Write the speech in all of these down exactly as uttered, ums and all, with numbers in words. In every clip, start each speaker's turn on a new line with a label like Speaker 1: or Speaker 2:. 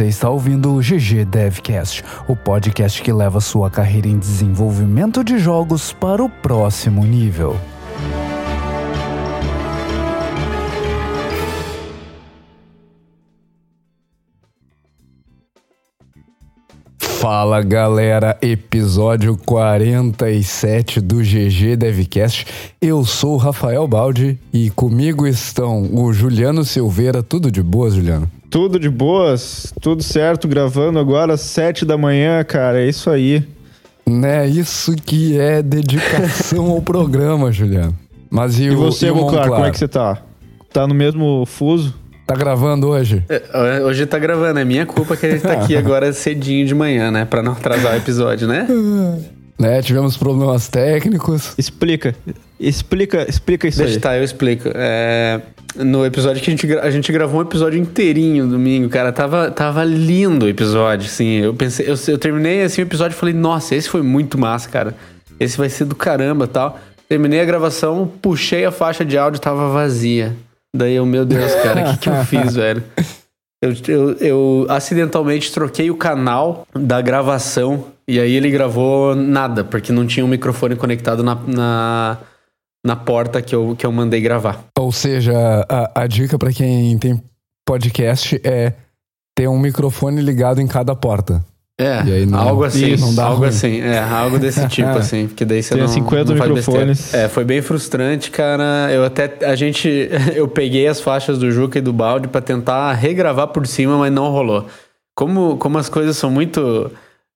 Speaker 1: Você está ouvindo o G G Devcast, o podcast que leva sua carreira em desenvolvimento de jogos para o próximo nível. Fala galera, episódio quarenta e sete do G G Devcast. Eu sou o Rafael Baldi e comigo estão o Juliano Silveira. Tudo de boas, Juliano?
Speaker 2: Tudo de boas, tudo certo, gravando agora às sete da manhã, cara, é isso aí.
Speaker 1: Né, isso que é dedicação ao programa, Juliano. Mas e,
Speaker 2: e
Speaker 1: o,
Speaker 2: você,
Speaker 1: e o
Speaker 2: Monclar,
Speaker 1: Monclar?
Speaker 2: como é que você tá? Tá no mesmo fuso?
Speaker 1: Tá gravando hoje?
Speaker 3: É, hoje tá gravando, é minha culpa que a gente tá aqui agora cedinho de manhã, né? Pra não atrasar o episódio, né?
Speaker 1: Né, tivemos problemas técnicos.
Speaker 2: Explica, explica, explica isso
Speaker 3: Deixa,
Speaker 2: aí.
Speaker 3: tá, eu explico. É, no episódio que a gente, gra- a gente gravou um episódio inteirinho domingo, cara, tava, tava lindo o episódio, assim, eu pensei, eu, eu terminei assim o episódio e falei, nossa, esse foi muito massa, cara, esse vai ser do caramba e tal. Terminei a gravação, puxei a faixa de áudio, tava vazia. Daí eu, meu Deus, cara, o que que eu fiz, velho? Eu, eu, eu acidentalmente troquei o canal da gravação e aí ele gravou nada, porque não tinha um microfone conectado na, na, na porta que eu, que eu mandei gravar.
Speaker 1: Ou seja, a, a dica pra quem tem podcast é ter um microfone ligado em cada porta.
Speaker 3: É,
Speaker 1: E aí não-
Speaker 3: algo assim,
Speaker 1: Isso, não dá
Speaker 3: algo
Speaker 1: ruim.
Speaker 3: assim, é, algo desse tipo, assim, porque daí você
Speaker 2: Tem
Speaker 3: não,
Speaker 2: cinquenta
Speaker 3: não faz
Speaker 2: microfones.
Speaker 3: besteira. É, foi bem frustrante, cara, eu até, a gente, eu peguei as faixas do Juca e do Baldi pra tentar regravar por cima, mas não rolou. Como, como as coisas são muito...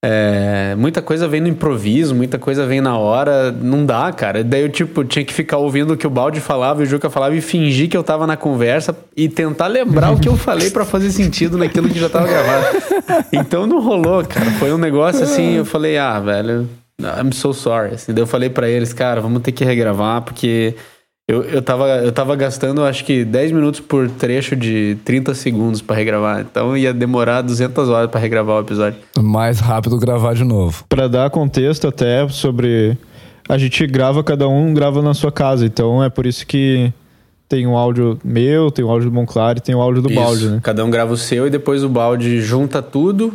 Speaker 3: É, muita coisa vem no improviso, muita coisa vem na hora, não dá, cara. Daí eu, tipo, tinha que ficar ouvindo o que o Baldi falava e o Juca falava e fingir que eu tava na conversa e tentar lembrar o que eu falei pra fazer sentido naquilo que já tava gravado. Então não rolou, cara. Foi um negócio assim, eu falei, ah, velho, I'm so sorry. Assim, daí eu falei pra eles, cara, vamos ter que regravar, porque eu, eu, tava, eu tava gastando, acho que dez minutos por trecho de trinta segundos pra regravar. Então ia demorar duzentas horas pra regravar o episódio.
Speaker 1: Mais rápido gravar de novo.
Speaker 2: Pra dar contexto até sobre... A gente grava, cada um grava na sua casa, então é por isso que tem um áudio meu, tem o áudio do Monclar e tem o áudio do
Speaker 3: Isso.
Speaker 2: Baldi, né?
Speaker 3: Cada um grava o seu e depois o Baldi junta tudo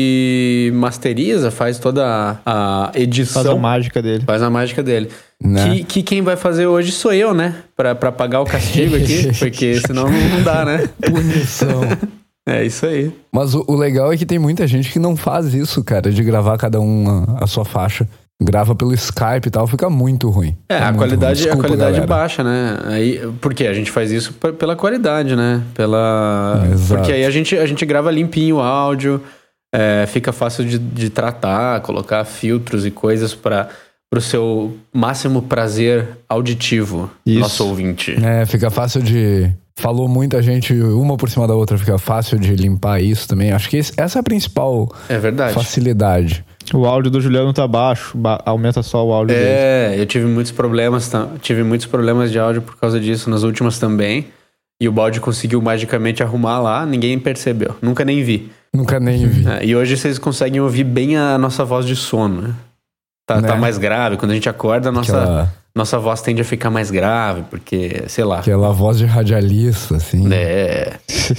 Speaker 3: e masteriza, faz toda a, a edição.
Speaker 2: Faz a mágica dele.
Speaker 3: Faz a mágica dele.
Speaker 1: Né?
Speaker 3: Que, que quem vai fazer hoje sou eu, né? Pra, pra pagar o castigo aqui, porque senão não, não dá, né?
Speaker 1: Punição.
Speaker 3: É isso aí.
Speaker 1: Mas o, o legal é que tem muita gente que não faz isso, cara, de gravar cada um a, a sua faixa. Grava pelo Skype e tal, fica muito ruim.
Speaker 3: É, a
Speaker 1: muito
Speaker 3: qualidade,
Speaker 1: ruim.
Speaker 3: a
Speaker 1: Desculpa,
Speaker 3: qualidade
Speaker 1: galera.
Speaker 3: baixa, né? Aí, porque a gente faz isso p- pela qualidade, né? Pela...
Speaker 1: Exato.
Speaker 3: Porque aí a gente, a gente grava limpinho o áudio, é, fica fácil de, de tratar, colocar filtros e coisas para o seu máximo prazer auditivo,
Speaker 2: Isso.
Speaker 3: nosso ouvinte.
Speaker 1: É, fica fácil de... Falou muita gente, uma por cima da outra, fica fácil de limpar isso também. Acho que esse- essa é a principal
Speaker 3: É verdade.
Speaker 1: facilidade.
Speaker 2: O áudio do Juliano tá baixo, ba- aumenta só o áudio dele.
Speaker 3: É, eu tive muitos problemas, tam- tive muitos problemas de áudio por causa disso, nas últimas também. E o Baldi conseguiu magicamente arrumar lá, ninguém percebeu, nunca nem vi.
Speaker 1: Nunca nem vi.
Speaker 3: É, e hoje vocês conseguem ouvir bem a nossa voz de sono, né? Tá,
Speaker 1: Né?
Speaker 3: tá mais grave, quando a gente acorda, a nossa,
Speaker 1: Aquela,
Speaker 3: nossa voz tende a ficar mais grave, porque, sei lá.
Speaker 1: aquela voz de radialista, assim.
Speaker 3: É,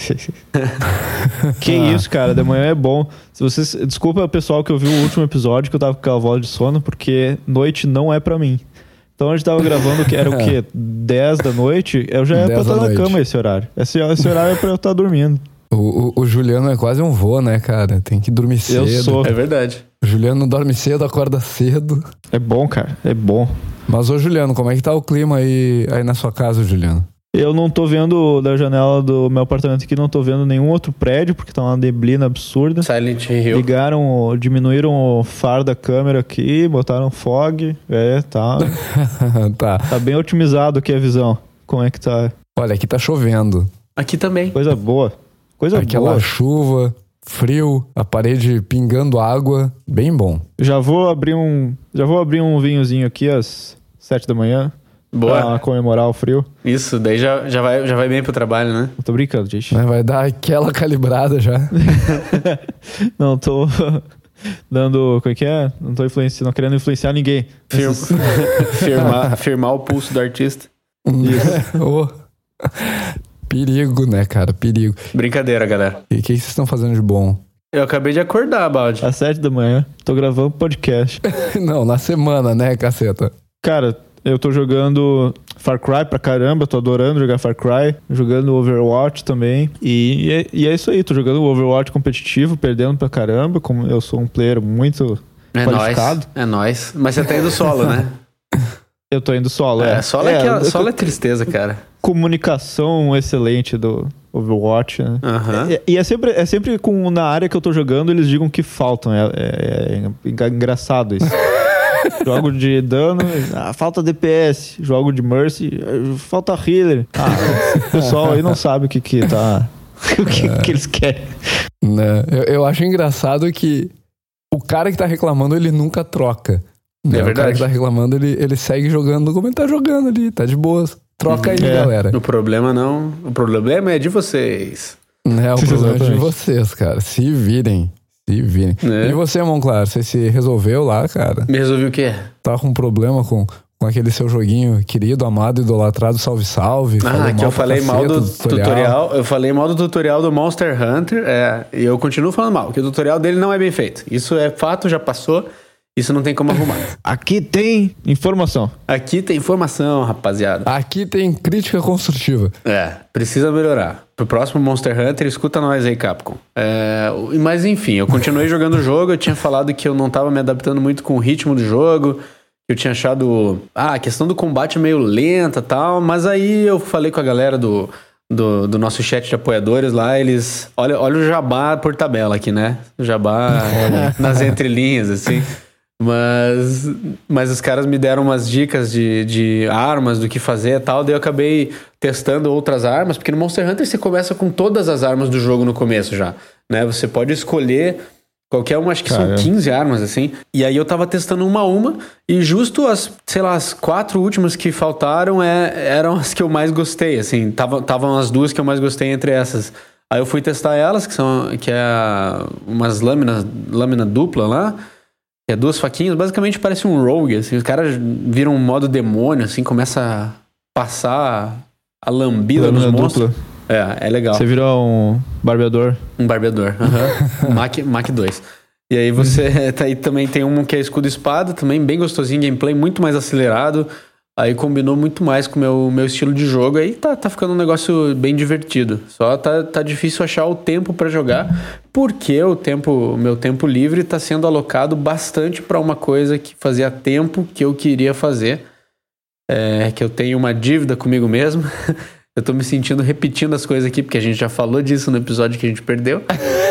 Speaker 2: Que isso, cara, de manhã é bom. Se vocês, desculpa o pessoal que ouviu o último episódio que eu tava com aquela voz de sono, porque noite não é pra mim. Então a gente tava gravando que era o quê? dez da noite? Eu já era pra
Speaker 1: dez da
Speaker 2: estar na
Speaker 1: noite.
Speaker 2: cama esse horário. Esse, esse horário é pra eu estar dormindo.
Speaker 1: O, o, o Juliano é quase um vô, né, cara? Tem que dormir cedo.
Speaker 2: Eu sou.
Speaker 3: é verdade.
Speaker 1: O Juliano dorme cedo, acorda cedo.
Speaker 2: É bom, cara, é bom.
Speaker 1: Mas, ô Juliano, como é que tá o clima aí, aí na sua casa, Juliano?
Speaker 2: Eu não tô vendo da janela do meu apartamento aqui, não tô vendo nenhum outro prédio, porque tá uma neblina absurda.
Speaker 3: Silent Hill.
Speaker 2: Ligaram, diminuíram o faro da câmera aqui, botaram fog. É, tá.
Speaker 1: Tá.
Speaker 2: Tá bem otimizado aqui a visão. Como é que tá?
Speaker 1: Olha, aqui tá chovendo.
Speaker 3: Aqui também.
Speaker 2: Coisa boa. Coisa
Speaker 1: Aquela
Speaker 2: boa.
Speaker 1: chuva, frio, a parede pingando água. Bem bom.
Speaker 2: Já vou abrir um, já vou abrir um vinhozinho aqui às sete da manhã.
Speaker 3: Boa.
Speaker 2: Pra comemorar o frio.
Speaker 3: Isso, daí já, já, vai, já vai bem pro trabalho, né?
Speaker 2: Eu tô brincando, gente.
Speaker 1: Né? Vai dar aquela calibrada já.
Speaker 2: Não tô dando. Como é que é? Não tô influenciando, não querendo influenciar ninguém.
Speaker 3: Fir- firmar, firmar o pulso do artista.
Speaker 1: Isso. Oh. Perigo, né, cara? Perigo.
Speaker 3: Brincadeira, galera.
Speaker 1: E o que, que vocês estão fazendo de bom?
Speaker 3: Eu acabei de acordar, Baldi.
Speaker 2: Às sete da manhã, tô gravando podcast.
Speaker 1: Não, na semana, né, caceta?
Speaker 2: Cara, eu tô jogando Far Cry pra caramba, tô adorando jogar Far Cry, jogando Overwatch também. E é, e é isso aí, tô jogando Overwatch competitivo, perdendo pra caramba, como eu sou um player muito
Speaker 3: é
Speaker 2: qualificado.
Speaker 3: Nóis, é nóis. Mas você tá indo solo, né?
Speaker 2: Eu tô indo solo, é.
Speaker 3: É, solo é, é, que, solo é tristeza, cara.
Speaker 2: Comunicação excelente do Overwatch, né?
Speaker 3: Uhum.
Speaker 2: E, e é sempre, é sempre com, na área que eu tô jogando, eles digam que faltam. É, é, é engraçado isso. Jogo de dano, ah, falta D P S. Jogo de Mercy, falta healer. Ah, o pessoal aí não sabe o que que tá... o que, é. que eles querem.
Speaker 1: Né? Eu, eu acho engraçado que o cara que tá reclamando, ele nunca troca. Né?
Speaker 3: É verdade.
Speaker 1: O cara que tá reclamando, ele, ele segue jogando como ele tá jogando ali, tá de boas. Troca aí,
Speaker 2: é.
Speaker 1: galera.
Speaker 3: O problema não... O problema é de vocês.
Speaker 1: Né? O problema é de vocês, cara. Se virem. Se virem. É. E você, Monclar, você se resolveu lá, cara?
Speaker 3: Me resolvi o quê?
Speaker 1: Tá com um problema com, com aquele seu joguinho querido, amado, idolatrado, salve, salve.
Speaker 3: Ah, que eu falei mal do tutorial. tutorial. Eu falei mal do tutorial do Monster Hunter. É, e eu continuo falando mal, que o tutorial dele não é bem feito. Isso é fato, já passou. Isso não tem como arrumar.
Speaker 2: Aqui tem informação.
Speaker 3: Aqui tem informação, rapaziada.
Speaker 1: Aqui tem crítica construtiva.
Speaker 3: É, precisa melhorar. Pro próximo Monster Hunter, escuta nós aí, Capcom. É, mas enfim, eu continuei jogando o jogo. Eu tinha falado que eu não tava me adaptando muito com o ritmo do jogo. Eu tinha achado... Ah, a questão do combate é meio lenta e tal. Mas aí eu falei com a galera do... Do, do nosso chat de apoiadores lá, eles... Olha, olha o jabá por tabela aqui, né? O jabá nas entrelinhas, assim... Mas, mas os caras me deram umas dicas de, de armas, do que fazer e tal. Daí eu acabei testando outras armas, porque no Monster Hunter você começa com todas as armas do jogo no começo já, né? Você pode escolher qualquer uma, acho que Caramba. são quinze armas, assim. E aí eu tava testando uma a uma, e justo as, sei lá, as quatro últimas que faltaram é, eram as que eu mais gostei, assim. Estavam tavam as duas que eu mais gostei entre essas. Aí eu fui testar elas, que são que é umas lâminas, lâmina dupla lá. É duas faquinhas, basicamente parece um rogue, assim, os caras viram um modo demônio, assim, começa a passar a lambida Lâmina nos monstros. Dupla. É, é legal.
Speaker 2: Você virou um barbeador.
Speaker 3: Um barbeador, aham. Uhum. Mac, Mac dois. E aí você tá aí também tem um que é escudo e espada, também bem gostosinho, gameplay muito mais acelerado. Aí combinou muito mais com o meu, meu estilo de jogo. Aí tá, tá ficando um negócio bem divertido. Só tá, tá difícil achar o tempo pra jogar, porque o tempo, o meu tempo livre tá sendo alocado bastante pra uma coisa que fazia tempo que eu queria fazer. É, que eu tenho uma dívida comigo mesmo. Eu tô me sentindo repetindo as coisas aqui, porque a gente já falou disso no episódio que a gente perdeu.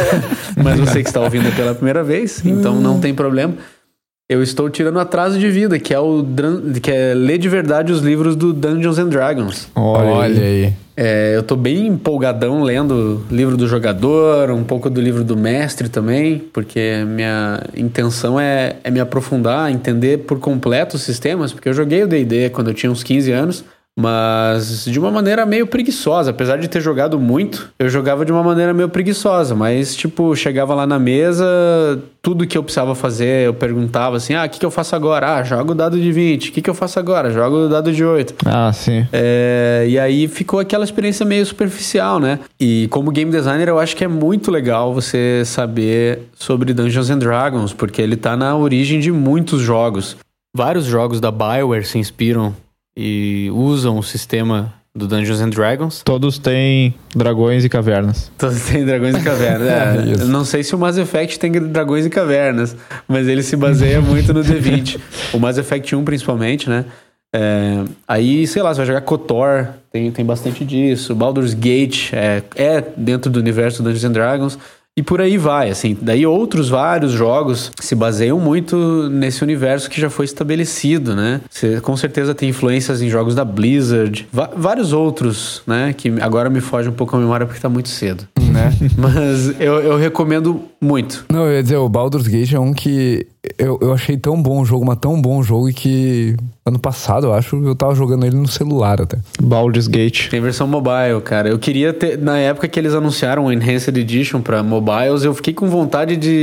Speaker 3: Mas você que está ouvindo pela primeira vez, então não tem problema. Eu estou tirando atraso de vida, que é, o, que é ler de verdade os livros do Dungeons and Dragons.
Speaker 1: Olha, Olha aí.
Speaker 3: É, eu tô bem empolgadão lendo o livro do jogador, um pouco do livro do mestre também, porque minha intenção é, é me aprofundar, entender por completo os sistemas, porque eu joguei o D e D quando eu tinha uns quinze anos, mas de uma maneira meio preguiçosa. Apesar de ter jogado muito, eu jogava de uma maneira meio preguiçosa. Mas, tipo, chegava lá na mesa, tudo que eu precisava fazer, eu perguntava assim, ah, o que, que eu faço agora? Ah, jogo o dado de vinte. O que, que eu faço agora? Jogo o dado de oito.
Speaker 2: Ah, sim.
Speaker 3: É, e aí ficou aquela experiência meio superficial, né? E como game designer, eu acho que é muito legal você saber sobre Dungeons and Dragons, porque ele tá na origem de muitos jogos. Vários jogos da BioWare se inspiram e usam o sistema do Dungeons and Dragons.
Speaker 2: Todos têm dragões e cavernas.
Speaker 3: Todos têm dragões e cavernas. É, eu não sei se o Mass Effect tem dragões e cavernas, mas ele se baseia muito no D vinte. O Mass Effect um, principalmente, né? É, aí, sei lá, você vai jogar KOTOR, tem, tem bastante disso. Baldur's Gate é, é dentro do universo do Dungeons and Dragons. E por aí vai, assim. Daí outros vários jogos se baseiam muito nesse universo que já foi estabelecido, né? Você com certeza tem influências em jogos da Blizzard. Va- vários outros, né? Que agora me foge um pouco a memória porque tá muito cedo, né? Mas eu, eu recomendo muito.
Speaker 1: Não, eu ia dizer, o Baldur's Gate é um que eu, eu achei tão bom o jogo, mas tão bom o jogo que ano passado, eu acho, eu tava jogando ele no celular até.
Speaker 2: Baldur's Gate.
Speaker 3: Tem versão mobile, cara. Eu queria ter... Na época que eles anunciaram o Enhanced Edition pra mobiles, eu fiquei com vontade de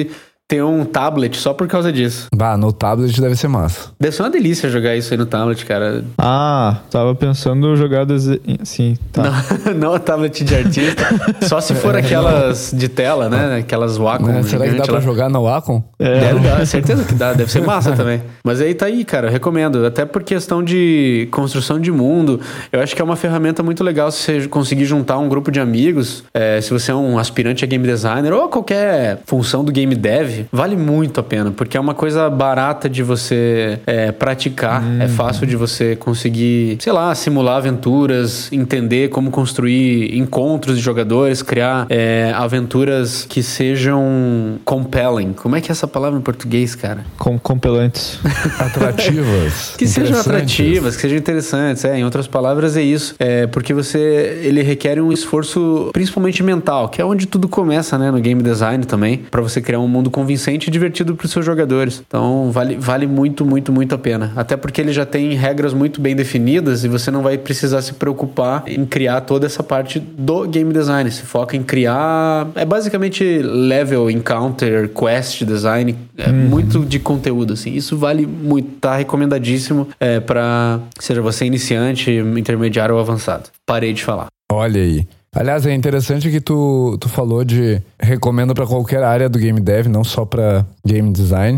Speaker 3: ter um tablet só por causa disso.
Speaker 1: Bah, no tablet deve ser massa.
Speaker 3: Deve ser uma delícia jogar isso aí no tablet, cara.
Speaker 2: Ah, tava pensando jogar dese... Sim, tá.
Speaker 3: Não, não a tablet de artista. Só se for aquelas de tela, né? Aquelas Wacom.
Speaker 1: Né? Será que dá pra
Speaker 3: lá.
Speaker 1: jogar na Wacom?
Speaker 3: É. Deve dar, certeza que dá. Deve ser massa também. Mas aí tá aí, cara. Eu recomendo. Até por questão de construção de mundo. Eu acho que é uma ferramenta muito legal se você conseguir juntar um grupo de amigos. É, se você é um aspirante a game designer ou qualquer função do game dev, vale muito a pena, porque é uma coisa barata de você é, praticar, hum. é fácil de você conseguir, sei lá, simular aventuras, entender como construir encontros de jogadores, criar é, aventuras que sejam compelling. Como é que é essa palavra em português, cara?
Speaker 2: Com, compelantes.
Speaker 1: Atrativas.
Speaker 3: Que sejam atrativas, que sejam interessantes, é, em outras palavras é isso, é, porque você, ele requer um esforço principalmente mental, que é onde tudo começa, né, no game design também, pra você criar um mundo convincente e divertido para os seus jogadores. Então vale, vale muito, muito, muito a pena. Até porque ele já tem regras muito bem definidas e você não vai precisar se preocupar em criar toda essa parte do game design. Se foca em criar... É basicamente level, encounter, quest design. É uhum. muito de conteúdo, assim. Isso vale muito. Tá recomendadíssimo é, para seja você iniciante, intermediário ou avançado. Parei de falar.
Speaker 1: Olha aí. Aliás, é interessante que tu, tu falou de recomenda para qualquer área do game dev, não só para game design.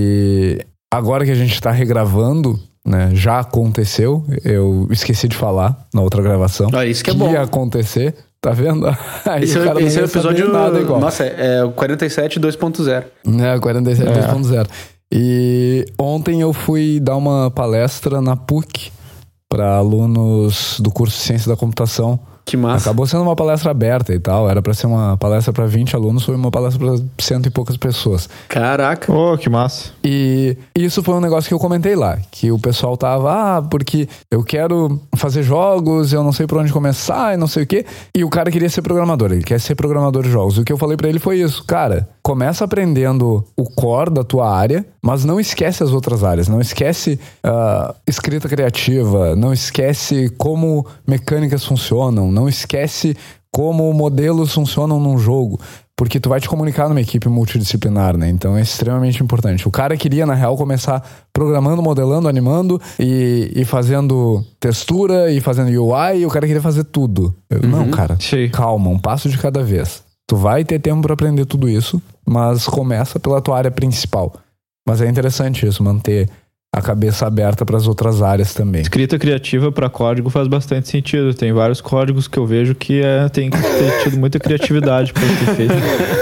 Speaker 1: E agora que a gente tá regravando, né, já aconteceu, eu esqueci de falar na outra gravação.
Speaker 3: Ah, isso que é
Speaker 1: que
Speaker 3: bom.
Speaker 1: ia acontecer, tá vendo? Aí
Speaker 3: esse
Speaker 1: o cara
Speaker 3: esse
Speaker 1: não
Speaker 3: é o episódio...
Speaker 1: Nada igual.
Speaker 3: Nossa, é o quarenta e sete dois ponto zero.
Speaker 1: É, quarenta e sete dois ponto zero.
Speaker 3: É.
Speaker 1: E ontem eu fui dar uma palestra na P U C para alunos do curso de Ciência da Computação.
Speaker 3: Que massa.
Speaker 1: Acabou sendo uma palestra aberta e tal. Era pra ser uma palestra pra vinte alunos, foi uma palestra pra cento e poucas pessoas.
Speaker 3: Caraca.
Speaker 2: Oh, que massa.
Speaker 1: E isso foi um negócio que eu comentei lá. Que o pessoal tava, ah, porque eu quero fazer jogos, eu não sei por onde começar e não sei o quê. E o cara queria ser programador, ele quer ser programador de jogos. O que eu falei pra ele foi isso. Cara, começa aprendendo o core da tua área, mas não esquece as outras áreas. Não esquece uh, escrita criativa, não esquece como mecânicas funcionam, não esquece como modelos funcionam num jogo, porque tu vai te comunicar numa equipe multidisciplinar, né? Então é extremamente importante. O cara queria, na real, começar programando, modelando, animando e, e fazendo textura e fazendo U I, e o cara queria fazer tudo. Eu, uhum. Não, cara, Sim. calma, um passo de cada vez. Tu vai ter tempo pra aprender tudo isso, mas começa pela tua área principal. Mas é interessante isso, manter a cabeça aberta para as outras áreas também.
Speaker 2: Escrita criativa para código faz bastante sentido. Tem vários códigos que eu vejo que é, tem que ter tido muita criatividade para ser feito.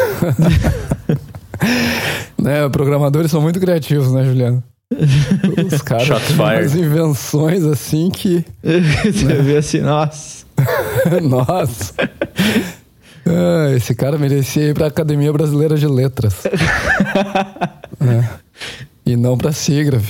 Speaker 1: Né, programadores são muito criativos, né, Juliano? Os caras têm umas invenções assim que...
Speaker 2: Você né? vê assim, nossa.
Speaker 1: Nossa. Ah, esse cara merecia ir para a Academia Brasileira de Letras. É. E não pra Sigraph.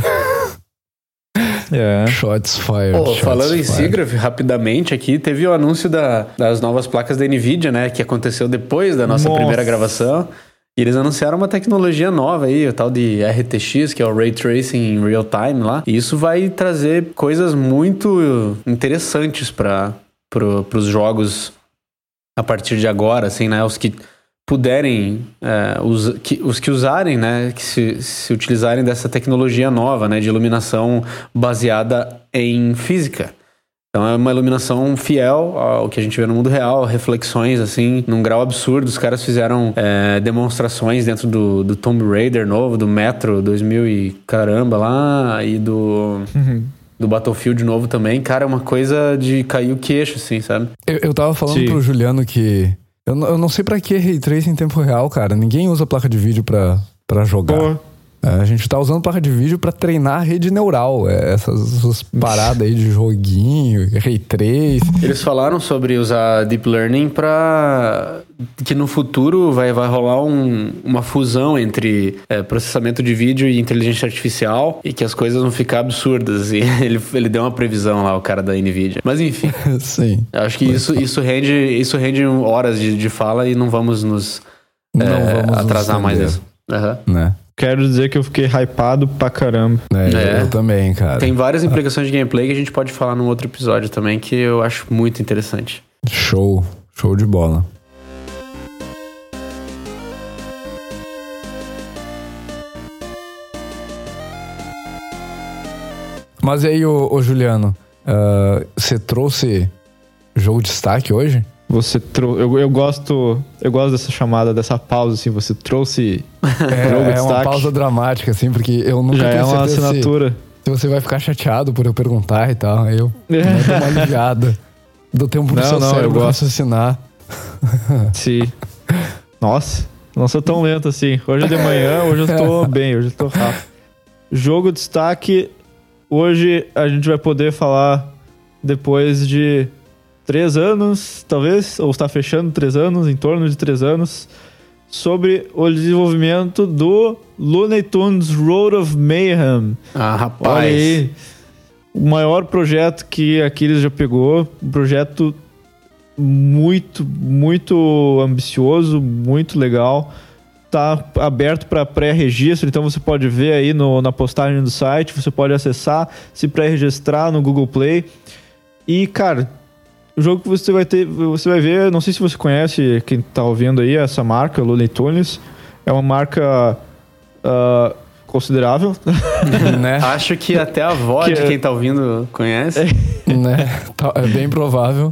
Speaker 2: É.
Speaker 1: Shots fired.
Speaker 3: Oh,
Speaker 1: shots
Speaker 3: falando
Speaker 1: fired.
Speaker 3: em Sigraph, rapidamente aqui, teve o anúncio da, das novas placas da NVIDIA, né? Que aconteceu depois da nossa, nossa primeira gravação. E eles anunciaram uma tecnologia nova aí, o tal de R T X, que é o Ray Tracing in Real Time lá. E isso vai trazer coisas muito interessantes para pro, os jogos a partir de agora, assim, né? Os que puderem, é, os, que, os que usarem, né, que se, se utilizarem dessa tecnologia nova, né, de iluminação baseada em física. Então é uma iluminação fiel ao que a gente vê no mundo real, reflexões, assim, num grau absurdo. Os caras fizeram é, demonstrações dentro do, do Tomb Raider novo, do Metro dois mil e caramba lá, e do... Uhum. Do Battlefield novo também. Cara, é uma coisa de cair o queixo, assim, sabe?
Speaker 1: Eu, eu tava falando Sim. pro Juliano que... Eu, eu não sei pra que Ray Tracing em tempo real, cara. Ninguém usa placa de vídeo pra, pra jogar. Pô. A gente tá usando placa de vídeo pra treinar a rede neural. Essas, essas paradas aí de joguinho, Ray Trace.
Speaker 3: Eles falaram sobre usar Deep Learning pra... que no futuro vai, vai rolar um, uma fusão entre é, processamento de vídeo e inteligência artificial e que as coisas vão ficar absurdas. E ele, ele deu uma previsão lá, o cara da NVIDIA. Mas enfim.
Speaker 1: Sim.
Speaker 3: Acho que isso, isso, rende, isso rende horas de, de fala e não vamos nos não é, vamos atrasar nos mais isso. Uhum.
Speaker 1: Né?
Speaker 2: Quero dizer que eu fiquei hypado pra caramba.
Speaker 1: É, é, eu também, cara.
Speaker 3: Tem várias implicações de gameplay que a gente pode falar num outro episódio também, que eu acho muito interessante.
Speaker 1: Show. Show de bola. Mas e aí, ô, ô Juliano, uh, você trouxe jogo de destaque hoje?
Speaker 2: Você trouxe. Eu, eu gosto. Eu gosto dessa chamada, dessa pausa, assim. Você trouxe
Speaker 1: é,
Speaker 2: jogo de
Speaker 1: é
Speaker 2: destaque.
Speaker 1: uma pausa dramática, assim, porque eu nunca
Speaker 2: Já
Speaker 1: tenho
Speaker 2: é uma assinatura.
Speaker 1: Se, se você vai ficar chateado por eu perguntar e tal. Aí eu é. dou uma aliviada. Dou tempo pro
Speaker 2: não,
Speaker 1: seu
Speaker 2: não,
Speaker 1: cérebro
Speaker 2: eu gosto.
Speaker 1: raciocinar.
Speaker 2: Sim. Nossa, não sou tão lento assim. Hoje de manhã, hoje eu tô bem, hoje eu tô rápido. Jogo de destaque. Hoje a gente vai poder falar depois de três anos, talvez, ou está fechando três anos, em torno de três anos, sobre o desenvolvimento do Looney Tunes Road of Mayhem.
Speaker 3: Ah, rapaz.
Speaker 2: Olha aí, o maior projeto que a Aquiles já pegou, um projeto muito, muito ambicioso, muito legal. Tá aberto para pré-registro, então você pode ver aí no, na postagem do site, você pode acessar, se pré-registrar no Google Play. E, cara, o jogo que você vai ter, você vai ver, não sei se você conhece, quem tá ouvindo aí, essa marca, Looney Tunes, é uma marca uh, considerável.
Speaker 1: Né?
Speaker 3: Acho que até a avó que de quem tá ouvindo conhece.
Speaker 1: É, né? É bem provável.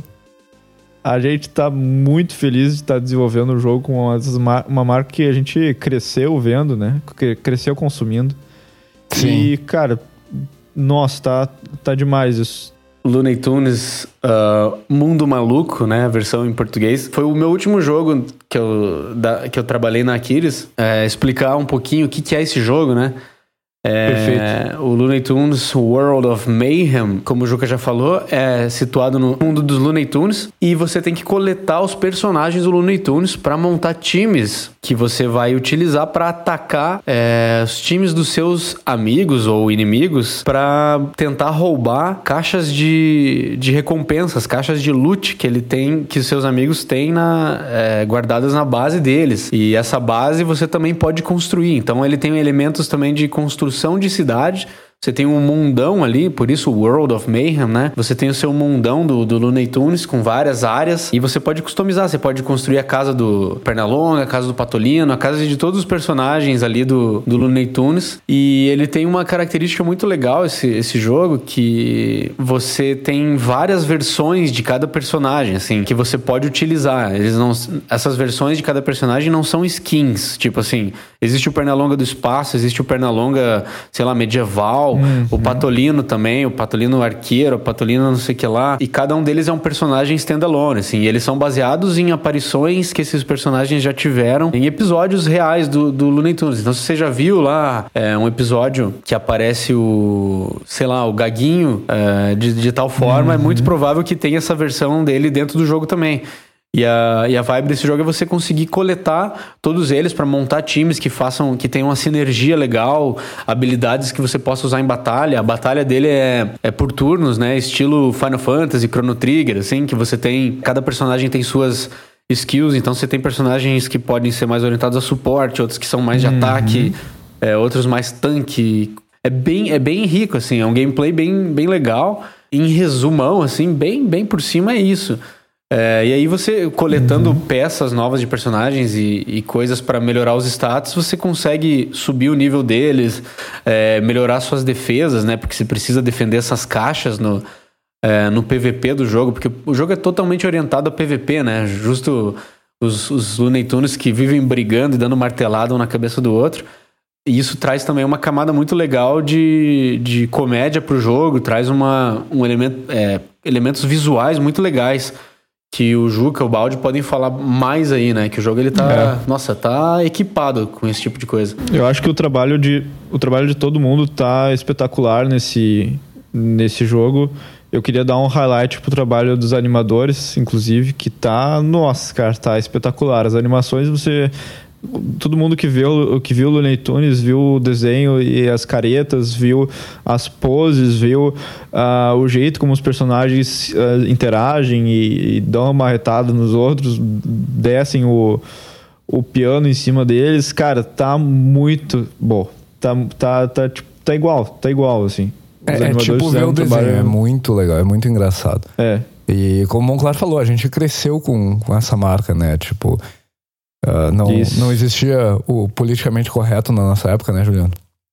Speaker 2: A gente tá muito feliz de estar desenvolvendo o jogo com uma, uma marca que a gente cresceu vendo, né? Cresceu consumindo.
Speaker 1: Sim.
Speaker 2: E, cara, nossa, tá, tá demais isso.
Speaker 3: Looney Tunes uh, Mundo Maluco, né? A versão em português. Foi o meu último jogo que eu, da, que eu trabalhei na Aquiles. É, explicar um pouquinho o que, que é esse jogo, né? É,
Speaker 2: Perfeito.
Speaker 3: O Looney Tunes World of Mayhem, como o Juca já falou, é situado no mundo dos Looney Tunes e você tem que coletar os personagens do Looney Tunes para montar times que você vai utilizar para atacar é, os times dos seus amigos ou inimigos para tentar roubar caixas de, de recompensas, caixas de loot que ele tem, que os seus amigos têm na, é, guardadas na base deles. E essa base você também pode construir. Então ele tem elementos também de construção de cidade. Você tem um mundão ali, por isso World of Mayhem, né? Você tem o seu mundão do, do Looney Tunes com várias áreas e você pode customizar. Você pode construir a casa do Pernalonga, a casa do Patolino, a casa de todos os personagens ali do, do Looney Tunes. E ele tem uma característica muito legal, esse, esse jogo, que você tem várias versões de cada personagem, assim, que você pode utilizar. Eles não, essas versões de cada personagem não são skins. Tipo assim, existe o Pernalonga do espaço, existe o Pernalonga, sei lá, medieval, Uhum. o Patolino também, o Patolino arqueiro, o Patolino não sei o que lá. E cada um deles é um personagem standalone, assim. E eles são baseados em aparições que esses personagens já tiveram em episódios reais do, do Looney Tunes. Então, se você já viu lá é, um episódio que aparece o, sei lá, o Gaguinho é, de, de tal forma, uhum. é muito provável que tenha essa versão dele dentro do jogo também. E a, e a vibe desse jogo é você conseguir coletar todos eles para montar times que façam, que tenham uma sinergia legal, habilidades que você possa usar em batalha. A batalha dele é, é por turnos, né? Estilo Final Fantasy, Chrono Trigger, assim, que você tem... Cada personagem tem suas skills, então você tem personagens que podem ser mais orientados a suporte, outros que são mais de uhum. ataque, é, outros mais tanque. É bem, é bem rico, assim, é um gameplay bem, bem legal. Em resumão, assim, bem, bem por cima é isso. É, e aí você, coletando uhum. peças novas de personagens e, e coisas para melhorar os status, você consegue subir o nível deles, é, melhorar suas defesas, né? Porque você precisa defender essas caixas no, é, no P V P do jogo, porque o jogo é totalmente orientado a P V P, né? Justo os, os Looney Tunes que vivem brigando e dando martelada um na cabeça do outro. E isso traz também uma camada muito legal de, de comédia pro jogo, traz uma, um elemento, é, elementos visuais muito legais, que o Juca, o Baldi podem falar mais aí, né? Que o jogo, ele tá... É. Nossa, tá equipado com esse tipo de coisa.
Speaker 2: Eu acho que o trabalho de, o trabalho de todo mundo tá espetacular nesse, nesse jogo. Eu queria dar um highlight pro trabalho dos animadores, inclusive, que tá... Nossa, cara, tá espetacular. As animações, você... Todo mundo que viu, que viu o Looney Tunes viu o desenho e as caretas, viu as poses, viu uh, o jeito como os personagens uh, interagem e, e dão uma marretada nos outros, descem o, o piano em cima deles. Cara, tá muito bom. Tá, tá, tá, tipo, tá igual, tá igual, assim.
Speaker 1: Os é, é tipo ver o desenho, trabalho... é muito legal, é muito engraçado.
Speaker 2: É.
Speaker 1: E como o Monclar falou, a gente cresceu com, com essa marca, né? Tipo... Uh, não, não existia o politicamente correto na nossa época, né, Juliano?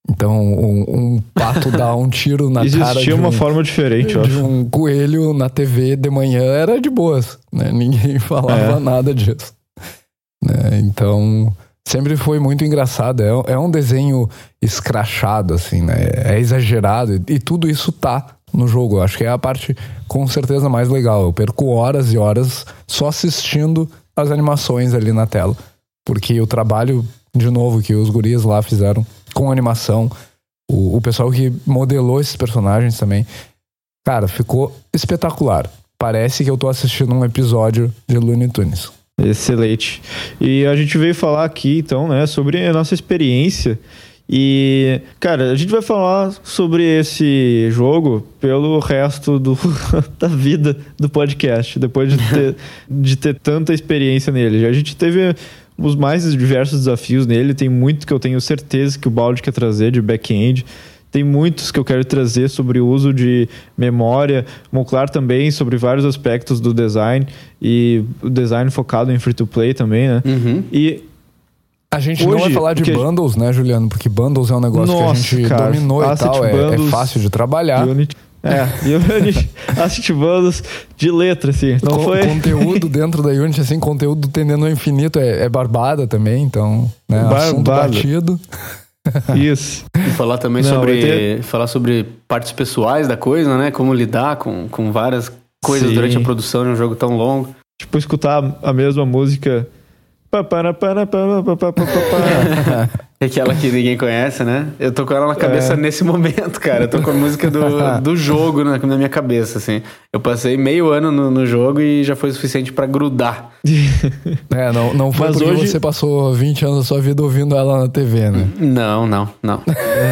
Speaker 1: Então, um, um pato dar um tiro na
Speaker 2: Existia
Speaker 1: cara de
Speaker 2: uma
Speaker 1: um,
Speaker 2: forma diferente, eu
Speaker 1: de
Speaker 2: acho.
Speaker 1: um coelho na T V de manhã era de boas, né? Ninguém falava
Speaker 2: É.
Speaker 1: nada disso. Né? Então, sempre foi muito engraçado. É, é um desenho escrachado, assim, né? É exagerado. E, e tudo isso tá no jogo. Eu acho que é a parte, com certeza, mais legal. Eu perco horas e horas só assistindo as animações ali na tela. Porque o trabalho, de novo, que os guris lá fizeram com animação, o, o pessoal que modelou esses personagens também, cara, ficou espetacular. Parece que eu tô assistindo um episódio de Looney Tunes.
Speaker 2: Excelente. E a gente veio falar aqui, então, né, sobre a nossa experiência. E, cara, a gente vai falar sobre esse jogo pelo resto do, da vida do podcast, depois de ter, de ter tanta experiência nele. A gente teve os mais diversos desafios nele, tem muito que eu tenho certeza que o Baldi quer trazer de back-end. Tem muitos que eu quero trazer sobre o uso de memória. Monclar também sobre vários aspectos do design. E o design focado em free-to-play também, né?
Speaker 3: Uhum.
Speaker 2: E
Speaker 1: a gente
Speaker 2: hoje,
Speaker 1: não vai falar de
Speaker 2: que...
Speaker 1: bundles, né, Juliano? Porque bundles é um negócio
Speaker 2: Nossa,
Speaker 1: que a gente
Speaker 2: cara,
Speaker 1: dominou e tal. É,
Speaker 2: bundles,
Speaker 1: é fácil de trabalhar.
Speaker 2: Unity, é, e Unity, Asset bundles de letra, assim. Não
Speaker 1: Co-
Speaker 2: foi...
Speaker 1: Conteúdo dentro da Unity, assim, conteúdo tendendo ao infinito é, é barbada também, então, né?
Speaker 2: Barbada.
Speaker 1: Assunto batido.
Speaker 2: Isso.
Speaker 3: E falar também
Speaker 2: Não,
Speaker 3: sobre
Speaker 2: vai ter-
Speaker 3: falar sobre partes pessoais da coisa, né? Como lidar com, com várias coisas
Speaker 2: Sim.
Speaker 3: durante a produção de um jogo tão longo.
Speaker 2: Tipo, escutar a mesma música. Pá, para, para, para, para, para, para.
Speaker 3: Aquela que ninguém conhece, né? Eu tô com ela na cabeça
Speaker 2: É.
Speaker 3: nesse momento, cara. Eu tô com a música do, do jogo na, na minha cabeça, assim. Eu passei meio ano no, no jogo e já foi o suficiente pra grudar.
Speaker 1: É, não, não foi
Speaker 2: Mas
Speaker 1: porque
Speaker 2: hoje-
Speaker 1: você passou vinte anos da sua vida ouvindo ela na T V, né?
Speaker 3: Não, não, não.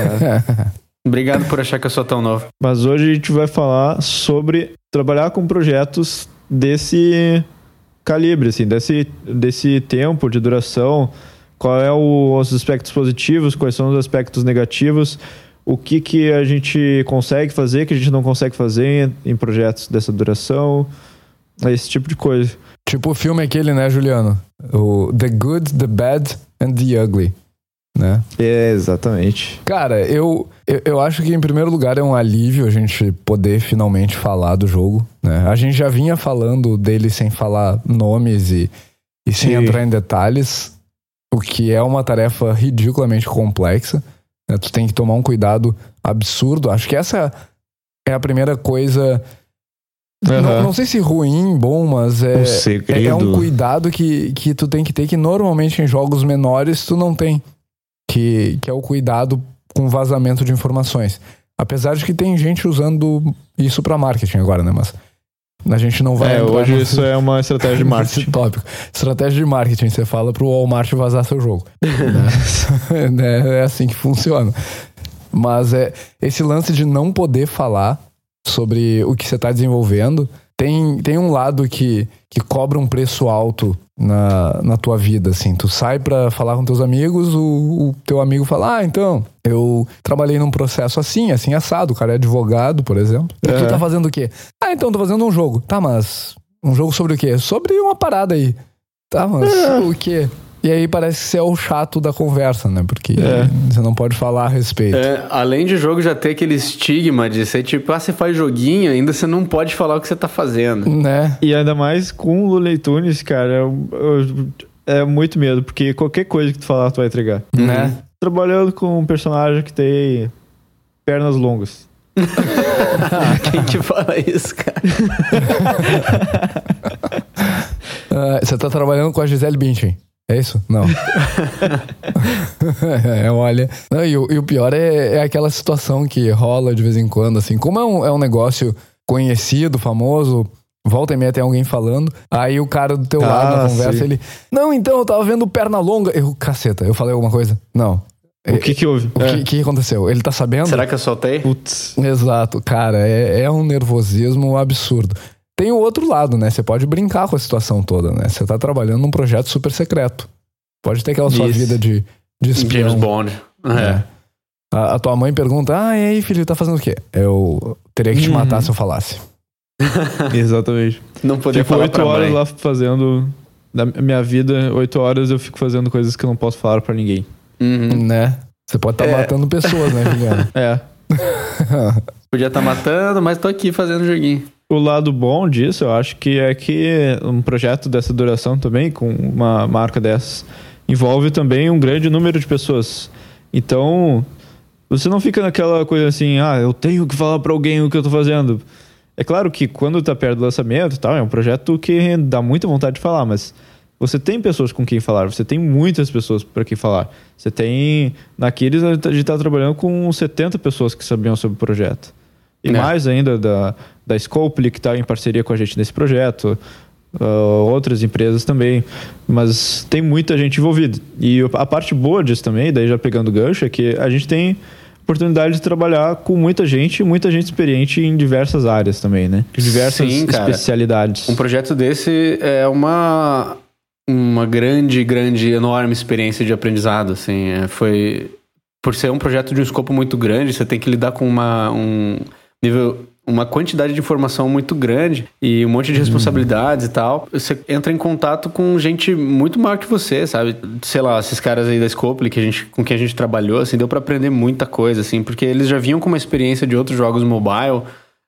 Speaker 3: Obrigado por achar que eu sou tão novo.
Speaker 2: Mas hoje a gente vai falar sobre trabalhar com projetos desse calibre, assim, desse, desse tempo de duração. Qual é o, os aspectos positivos, quais são os aspectos negativos, o que, que a gente consegue fazer, que a gente não consegue fazer em, em projetos dessa duração, esse tipo de coisa.
Speaker 1: Tipo o filme aquele, né, Juliano? O The Good, The Bad and The Ugly, né?
Speaker 2: É, exatamente.
Speaker 1: Cara, eu, eu, eu acho que em primeiro lugar é um alívio a gente poder finalmente falar do jogo, né? A gente já vinha falando dele sem falar nomes e, e sem
Speaker 2: Sim.
Speaker 1: entrar em detalhes, o que é uma tarefa ridiculamente complexa, né? Tu tem que tomar um cuidado absurdo. Acho que essa é a primeira coisa...
Speaker 2: Uhum.
Speaker 1: Não, não sei se ruim, bom, mas é,
Speaker 2: O segredo.
Speaker 1: é, é um cuidado que, que tu tem que ter que normalmente em jogos menores tu não tem. Que, que é o cuidado com vazamento de informações. Apesar de que tem gente usando isso pra marketing agora, né? Mas a gente não vai...
Speaker 2: É,
Speaker 1: entrar
Speaker 2: hoje
Speaker 1: nesse-
Speaker 2: isso é uma estratégia de
Speaker 1: nesse
Speaker 2: marketing.
Speaker 1: tópico. Estratégia de marketing. Você fala pro Walmart vazar seu jogo. né? É assim que funciona. Mas é, esse lance de não poder falar sobre o que você está desenvolvendo tem, tem um lado que, que cobra um preço alto na, na tua vida, assim. Tu sai pra falar com teus amigos, o, o teu amigo fala, ah, então, eu trabalhei num processo assim, assim, assado. O cara é advogado, por exemplo. E tu
Speaker 2: Uhum.
Speaker 1: tá fazendo o quê? Ah, então, tô fazendo um jogo. Tá, mas um jogo sobre o quê? Sobre uma parada aí. Tá, mas o quê? E aí parece que você é o chato da conversa, né? Porque
Speaker 2: É.
Speaker 1: você não pode falar a respeito.
Speaker 3: É, além de jogo já ter aquele estigma de ser tipo, ah, você faz joguinho, ainda você não pode falar o que você tá fazendo.
Speaker 1: Né?
Speaker 2: E ainda mais com o Looney Tunes, cara, eu- eu- é muito medo, porque qualquer coisa que tu falar, tu vai entregar.
Speaker 1: Né?
Speaker 2: Trabalhando com um personagem que tem pernas longas.
Speaker 3: Quem que fala isso, cara?
Speaker 1: Ah, você tá trabalhando com a Gisele Bündchen. É isso? Não. é, olha. Não, e, o, e o pior é, é aquela situação que rola de vez em quando, assim. Como é um, é um negócio conhecido, famoso, volta e meia tem alguém falando, aí o cara do teu
Speaker 2: Ah,
Speaker 1: lado na conversa,
Speaker 2: sim.
Speaker 1: ele... Não, então, eu tava vendo perna longa. Eu, caceta, eu falei alguma coisa? Não.
Speaker 2: O que que houve?
Speaker 1: O que, que aconteceu? Ele tá sabendo?
Speaker 3: Será que eu soltei?
Speaker 2: Putz.
Speaker 1: Exato, cara, é, é um nervosismo absurdo. Tem o outro lado, né? Você pode brincar com a situação toda, né? Você tá trabalhando num projeto super secreto. Pode ter aquela sua
Speaker 2: Isso.
Speaker 1: vida de, de espião.
Speaker 3: James Bond. É.
Speaker 1: É. A, a tua mãe pergunta, ah, e aí, filho, tá fazendo o quê? Eu teria que te
Speaker 2: Uhum.
Speaker 1: matar se eu falasse.
Speaker 2: Exatamente.
Speaker 3: Não poder
Speaker 2: Fico
Speaker 3: falar
Speaker 2: oito
Speaker 3: pra
Speaker 2: horas
Speaker 3: mãe.
Speaker 2: lá fazendo... Da minha vida, oito horas eu fico fazendo coisas que eu não posso falar pra ninguém.
Speaker 3: Uhum.
Speaker 1: Né? Você pode estar tá
Speaker 3: É.
Speaker 1: matando pessoas, né, Juliano?
Speaker 2: É.
Speaker 3: Podia estar matando, mas tô aqui fazendo joguinho.
Speaker 2: O lado bom disso, eu acho que é que um projeto dessa duração também, com uma marca dessas, envolve também um grande número de pessoas. Então, você não fica naquela coisa assim, ah, eu tenho que falar pra alguém o que eu tô fazendo. É claro que quando tá perto do lançamento e tal, é um projeto que dá muita vontade de falar, mas você tem pessoas com quem falar, você tem muitas pessoas para quem falar. Você tem... Naqueles, a gente tá trabalhando com setenta pessoas que sabiam sobre o projeto. E
Speaker 3: É.
Speaker 2: mais ainda da, da Scopely, que está em parceria com a gente nesse projeto, uh, outras empresas também, mas tem muita gente envolvida. E a parte boa disso também, daí já pegando o gancho, é que a gente tem oportunidade de trabalhar com muita gente, muita gente experiente em diversas áreas também, né? Diversas
Speaker 3: Sim, cara.
Speaker 2: especialidades.
Speaker 3: Um projeto desse é uma, uma grande, grande, enorme experiência de aprendizado, assim. É, foi... Por ser um projeto de um escopo muito grande, você tem que lidar com uma... Um, nível, uma quantidade de informação muito grande e um monte de responsabilidades hum. e tal. Você entra em contato com gente muito maior que você, sabe? Sei lá, esses caras aí da Scopely que a gente, com quem a gente trabalhou, assim, deu pra aprender muita coisa, assim, porque eles já vinham com uma experiência de outros jogos mobile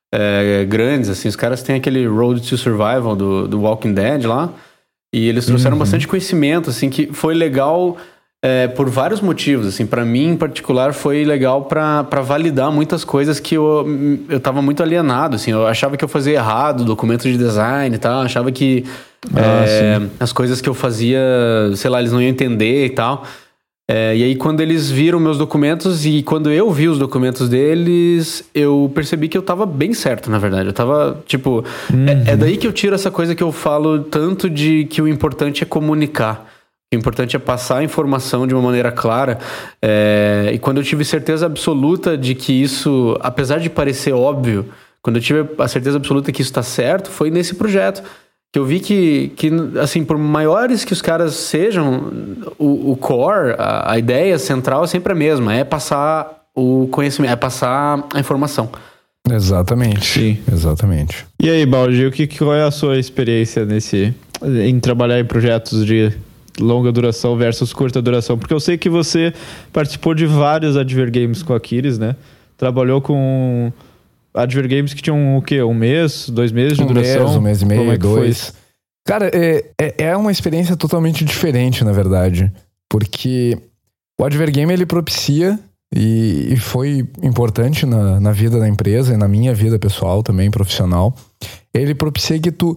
Speaker 3: é, grandes, assim. Os caras têm aquele Road to Survival do, do Walking Dead lá e eles trouxeram uhum. bastante conhecimento, assim, que foi legal... É, por vários motivos, assim, para mim em particular foi legal para validar muitas coisas que eu, eu tava muito alienado, assim, eu achava que eu fazia errado, documento de design e tal, achava que ah, é, as coisas que eu fazia, sei lá, eles não iam entender e tal, é, e aí quando eles viram meus documentos e quando eu vi os documentos deles, eu percebi que eu tava bem certo, na verdade, eu tava, tipo, uhum. é, é daí que eu tiro essa coisa que eu falo tanto de que o importante é comunicar. O importante é passar a informação de uma maneira clara. É, e quando eu tive certeza absoluta de que isso, apesar de parecer óbvio, quando eu tive a certeza absoluta que isso está certo, foi nesse projeto. Que eu vi que, que assim, por maiores que os caras sejam, o, o core, a, a ideia central é sempre a mesma. É passar o conhecimento, é passar a informação.
Speaker 1: Exatamente.
Speaker 2: Sim.
Speaker 1: Exatamente.
Speaker 2: E aí, Baldi, o que, qual é a sua experiência nesse, em trabalhar em projetos de... longa duração versus curta duração, porque eu sei que você participou de vários Advergames com a Aquiles, né? Trabalhou com Advergames que tinham o quê? Um mês, dois meses de
Speaker 1: um
Speaker 2: duração?
Speaker 1: Mês, um mês e meio,
Speaker 2: Como é que
Speaker 1: dois.
Speaker 2: Foi?
Speaker 1: Cara, é, é, é uma experiência totalmente diferente, na verdade, porque o Advergame ele propicia e, e foi importante na, na vida da empresa e na minha vida pessoal também, profissional. Ele propicia que tu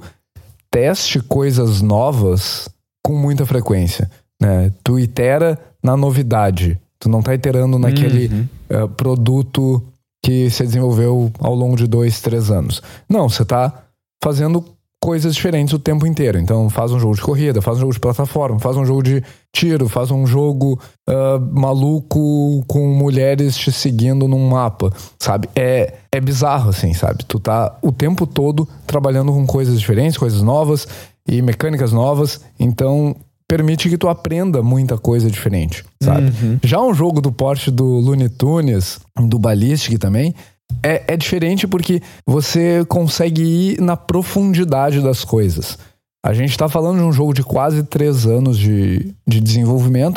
Speaker 1: teste coisas novas com muita frequência, né? Tu itera na novidade. Tu não tá iterando naquele uhum. uh, produto que você desenvolveu ao longo de dois, três anos. Não, você tá fazendo coisas diferentes o tempo inteiro. Então faz um jogo de corrida, faz um jogo de plataforma, faz um jogo de tiro, faz um jogo uh, maluco com mulheres te seguindo num mapa, sabe? É, é bizarro, assim, sabe? Tu tá o tempo todo trabalhando com coisas diferentes, coisas novas e mecânicas novas, então permite que tu aprenda muita coisa diferente, sabe? Uhum. Já um jogo do porte do Looney Tunes, do Ballistic também, é, é diferente porque você consegue ir na profundidade das coisas. A gente tá falando de um jogo de quase três anos de, de desenvolvimento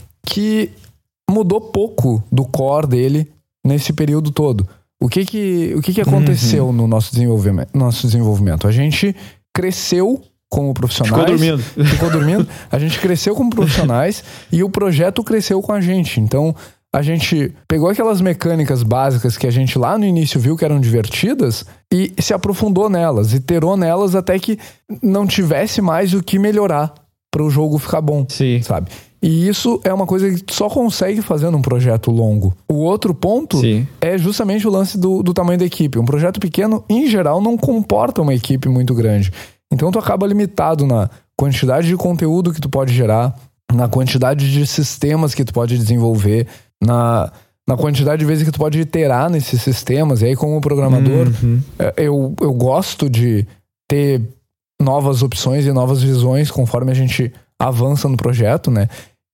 Speaker 1: que mudou pouco do core dele nesse período todo. O que que, o que, que aconteceu uhum. no nosso desenvolvimento, nosso desenvolvimento? A gente cresceu como profissionais.
Speaker 2: Ficou dormindo.
Speaker 1: Ficou dormindo. A gente cresceu como profissionais e o projeto cresceu com a gente. Então, a gente pegou aquelas mecânicas básicas que a gente lá no início viu que eram divertidas e se aprofundou nelas, iterou nelas até que não tivesse mais o que melhorar para o jogo ficar bom,
Speaker 2: Sim.
Speaker 1: sabe? E isso é uma coisa que só consegue fazer num projeto longo. O outro ponto Sim. é justamente o lance do, do tamanho da equipe. Um projeto pequeno, em geral, não comporta uma equipe muito grande. Então tu acaba limitado na quantidade de conteúdo que tu pode gerar, na quantidade de sistemas que tu pode desenvolver, na, na quantidade de vezes que tu pode iterar nesses sistemas. E aí, como programador, uhum. eu, eu gosto de ter novas opções e novas visões conforme a gente avança no projeto, né?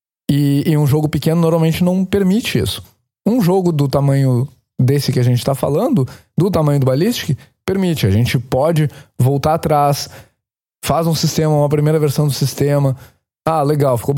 Speaker 1: E, e um jogo pequeno normalmente não permite isso. Um jogo do tamanho desse que a gente tá falando, do tamanho do Ballistic, permite. A gente pode voltar atrás, faz um sistema, uma primeira versão do sistema. Ah, legal, ficou bom?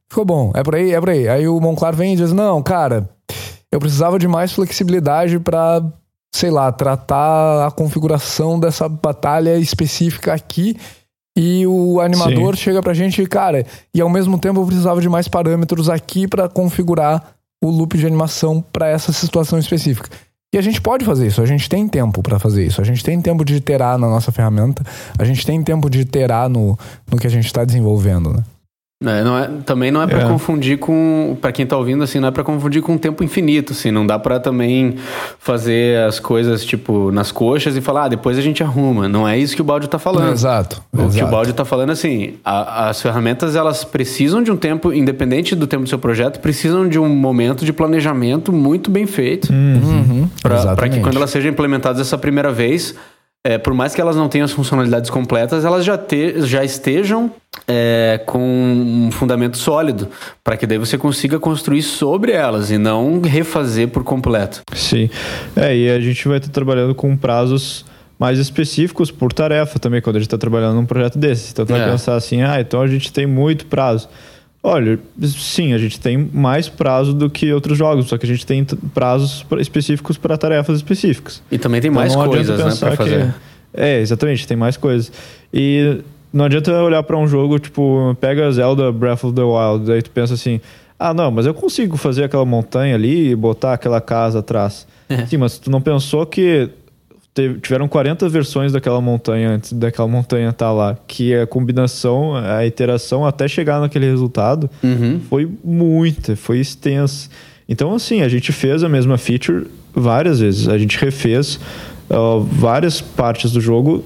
Speaker 1: ficou bom, é por aí, é por aí. Aí o Monclar vem e diz, não, cara, eu precisava de mais flexibilidade pra, sei lá, tratar a configuração dessa batalha específica aqui. E o animador Sim. chega pra gente, cara, e ao mesmo tempo eu precisava de mais parâmetros aqui pra configurar o loop de animação pra essa situação específica. E a gente pode fazer isso, a gente tem tempo pra fazer isso, a gente tem tempo de iterar na nossa ferramenta, a gente tem tempo de iterar no, no que a gente tá desenvolvendo, né?
Speaker 3: É, não é, também não é pra é. confundir com, pra quem tá ouvindo, assim, não é pra confundir com tempo infinito, assim, não dá pra também fazer as coisas, tipo, nas coxas e falar, ah, depois a gente arruma, não é isso que o Baldi tá falando.
Speaker 1: Exato.
Speaker 3: O
Speaker 1: exato.
Speaker 3: que o Baldi tá falando, assim, a, as ferramentas, elas precisam de um tempo, independente do tempo do seu projeto, precisam de um momento de planejamento muito bem feito,
Speaker 1: uhum.
Speaker 3: pra, pra que quando elas sejam implementadas essa primeira vez, é, por mais que elas não tenham as funcionalidades completas, elas já, te, já estejam é, com um fundamento sólido, para que daí você consiga construir sobre elas e não refazer por completo.
Speaker 2: Sim, é, e a gente vai estar trabalhando com prazos mais específicos por tarefa também, quando a gente está trabalhando num projeto desse. Então tu vai é. pensar assim, ah, então a gente tem muito prazo. Olha, sim, a gente tem mais prazo do que outros jogos, só que a gente tem prazos específicos para tarefas específicas.
Speaker 3: E também tem então, mais coisas, né, para fazer.
Speaker 2: Que... É, exatamente, tem mais coisas. E não adianta olhar para um jogo, tipo, pega Zelda Breath of the Wild, aí tu pensa assim, ah, não, mas eu consigo fazer aquela montanha ali e botar aquela casa atrás. É. Sim, mas tu não pensou que tiveram quarenta versões daquela montanha antes daquela montanha estar lá, que a combinação, a iteração até chegar naquele resultado
Speaker 3: uhum.
Speaker 2: foi muita, foi extensa. Então, assim, a gente fez a mesma feature várias vezes, a gente refez uh, várias partes do jogo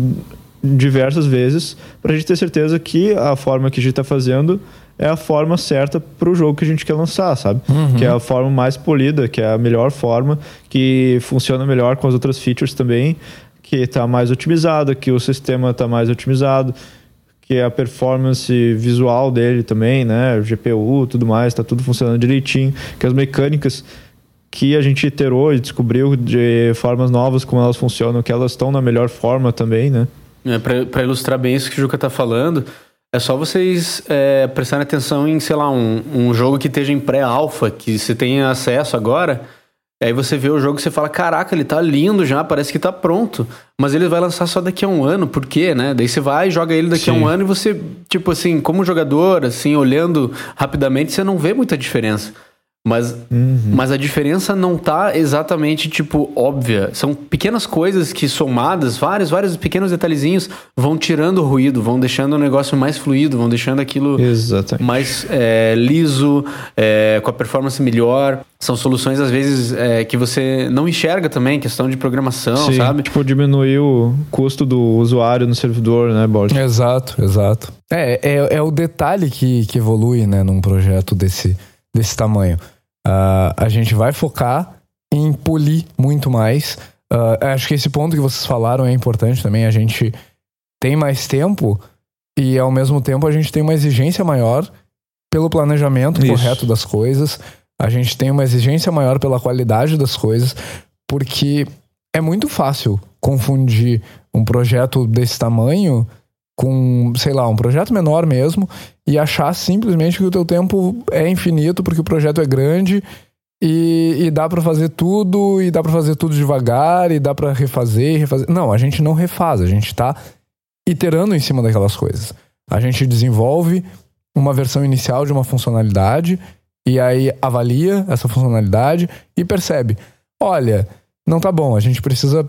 Speaker 2: diversas vezes para a gente ter certeza que a forma que a gente está fazendo é a forma certa para o jogo que a gente quer lançar, sabe?
Speaker 1: Uhum.
Speaker 2: Que é a forma mais polida, que é a melhor forma, que funciona melhor com as outras features também, que está mais otimizada, que o sistema está mais otimizado, que a performance visual dele também, né? O G P U, tudo mais, está tudo funcionando direitinho, que as mecânicas que a gente iterou e descobriu de formas novas como elas funcionam, que elas estão na melhor forma também, né?
Speaker 3: É, para ilustrar bem isso que o Juca está falando, é só vocês é, prestarem atenção em, sei lá, um, um jogo que esteja em pré-alpha, que você tem acesso agora, aí você vê o jogo e você fala, caraca, ele tá lindo já, parece que tá pronto, mas ele vai lançar só daqui a um ano, por quê, né? Daí você vai e joga ele daqui Sim. a um ano e você, tipo assim, como jogador, assim, olhando rapidamente, você não vê muita diferença. Mas,
Speaker 2: uhum.
Speaker 3: mas a diferença não tá exatamente, tipo, óbvia. São pequenas coisas que somadas, vários, vários pequenos detalhezinhos vão tirando o ruído, vão deixando o negócio mais fluido, vão deixando aquilo
Speaker 2: Exatamente.
Speaker 3: mais é, liso, é, com a performance melhor. São soluções, às vezes, é, que você não enxerga também, questão de programação,
Speaker 2: Sim,
Speaker 3: sabe?
Speaker 2: Tipo, diminuir o custo do usuário no servidor, né, Baldi?
Speaker 1: Exato, exato. É, é, é o detalhe que, que evolui, né, num projeto desse... desse tamanho. Uh, a gente vai focar em polir muito mais. Uh, acho que esse ponto que vocês falaram é importante também. A gente tem mais tempo e, ao mesmo tempo, a gente tem uma exigência maior pelo planejamento Isso. correto das coisas. A gente tem uma exigência maior pela qualidade das coisas, porque é muito fácil confundir um projeto desse tamanho com, sei lá, um projeto menor mesmo e achar simplesmente que o teu tempo é infinito porque o projeto é grande e, e dá pra fazer tudo e dá pra fazer tudo devagar e dá pra refazer e refazer. Não, a gente não refaz, a gente tá iterando em cima daquelas coisas. A gente desenvolve uma versão inicial de uma funcionalidade e aí avalia essa funcionalidade e percebe, olha, não tá bom, a gente precisa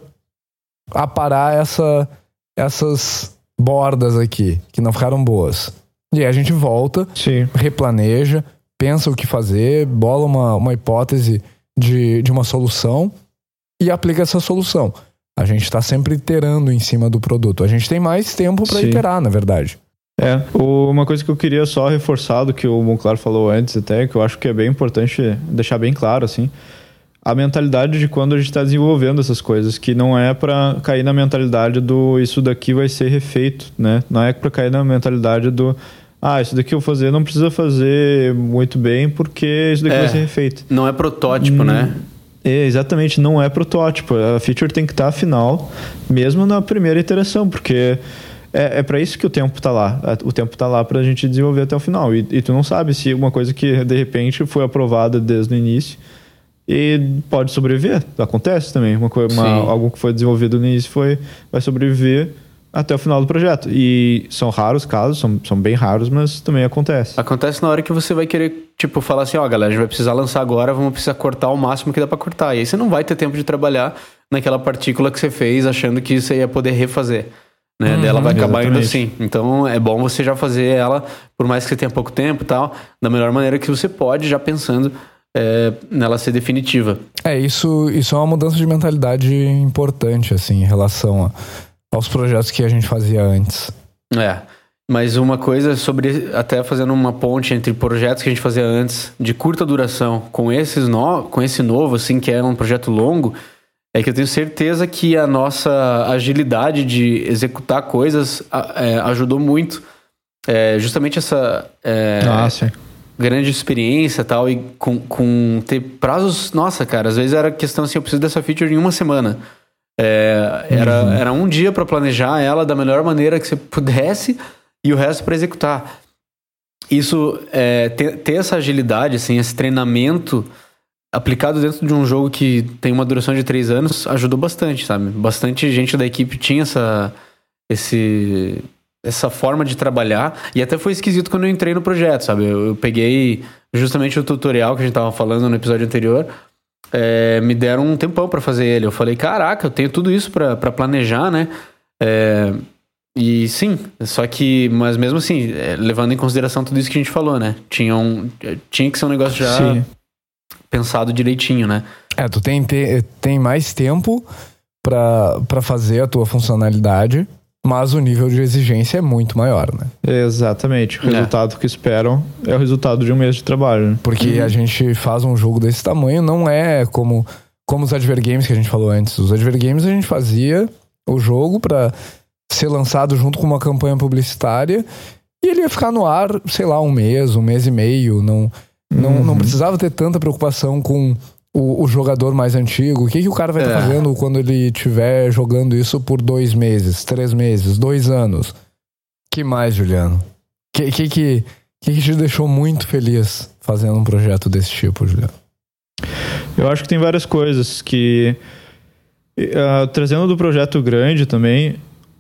Speaker 1: aparar essa, essas bordas aqui, que não ficaram boas. E aí a gente volta,
Speaker 2: Sim.
Speaker 1: replaneja, pensa o que fazer, bola uma, uma hipótese de, de uma solução e aplica essa solução. A gente está sempre iterando em cima do produto. A gente tem mais tempo para iterar, na verdade.
Speaker 2: É, uma coisa que eu queria só reforçar do que o Monclar falou antes até, que eu acho que é bem importante deixar bem claro, assim, a mentalidade de quando a gente está desenvolvendo essas coisas, que não é para cair na mentalidade do isso daqui vai ser refeito, né? Não é para cair na mentalidade do ah, isso daqui eu vou fazer, não precisa fazer muito bem porque isso daqui é, vai ser refeito.
Speaker 3: Não é protótipo, hum, né?
Speaker 2: É, exatamente, não é protótipo. A feature tem que estar final, mesmo na primeira iteração, porque é, é para isso que o tempo tá lá. O tempo tá lá pra gente desenvolver até o final. E, e tu não sabe se uma coisa que, de repente, foi aprovada desde o início e pode sobreviver. Acontece também. Uma coisa, uma, algo que foi desenvolvido no início foi, vai sobreviver até o final do projeto. E são raros casos, são, são bem raros, mas também acontece.
Speaker 3: Acontece na hora que você vai querer, tipo, falar assim, ó, oh, galera, a gente vai precisar lançar agora, vamos precisar cortar o máximo que dá pra cortar. E aí você não vai ter tempo de trabalhar naquela partícula que você fez, achando que você ia poder refazer. Né? Uhum, ela vai acabar indo assim. Então é bom você já fazer ela, por mais que você tenha pouco tempo e tal, da melhor maneira que você pode, já pensando é, nela ser definitiva.
Speaker 1: É, isso, isso é uma mudança de mentalidade importante, assim, em relação a, aos projetos que a gente fazia antes.
Speaker 3: É, mas uma coisa sobre, até fazendo uma ponte entre projetos que a gente fazia antes, de curta duração, com, esses no, com esse novo, assim, que era um projeto longo, é que eu tenho certeza que a nossa agilidade de executar coisas é, ajudou muito. É, justamente essa é,
Speaker 2: ah, sim.
Speaker 3: grande experiência e tal, e com, com ter prazos... Nossa, cara, às vezes era questão assim, eu preciso dessa feature em uma semana. É, era, uhum. era um dia para planejar ela da melhor maneira que você pudesse e o resto para executar. Isso, é, ter, ter essa agilidade, assim, esse treinamento aplicado dentro de um jogo que tem uma duração de três anos, ajudou bastante, sabe? Bastante gente da equipe tinha essa, esse, essa forma de trabalhar, e até foi esquisito quando eu entrei no projeto, sabe? Eu, eu peguei justamente o tutorial que a gente tava falando no episódio anterior, é, me deram um tempão pra fazer ele. Eu falei, caraca, eu tenho tudo isso pra, pra planejar, né? É, e sim, só que, mas mesmo assim, é, levando em consideração tudo isso que a gente falou, né? Tinha, um, tinha que ser um negócio já... Sim. pensado direitinho, né?
Speaker 1: É, tu tem, te, tem mais tempo pra, pra fazer a tua funcionalidade, mas o nível de exigência é muito maior, né?
Speaker 2: Exatamente. O resultado é. que esperam é o resultado de um mês de trabalho, né?
Speaker 1: Porque uhum. a gente faz um jogo desse tamanho, não é como, como os Advergames que a gente falou antes. Os Advergames a gente fazia o jogo pra ser lançado junto com uma campanha publicitária e ele ia ficar no ar, sei lá, um mês, um mês e meio, não... Não, uhum. não precisava ter tanta preocupação com o, o jogador mais antigo. O que, que o cara vai estar é. tá fazendo quando ele estiver jogando isso por dois meses, três meses, dois anos? Que mais, Juliano? O que, que, que, que, que te deixou muito feliz fazendo um projeto desse tipo, Juliano?
Speaker 2: Eu acho que tem várias coisas que... Uh, trazendo do projeto grande também,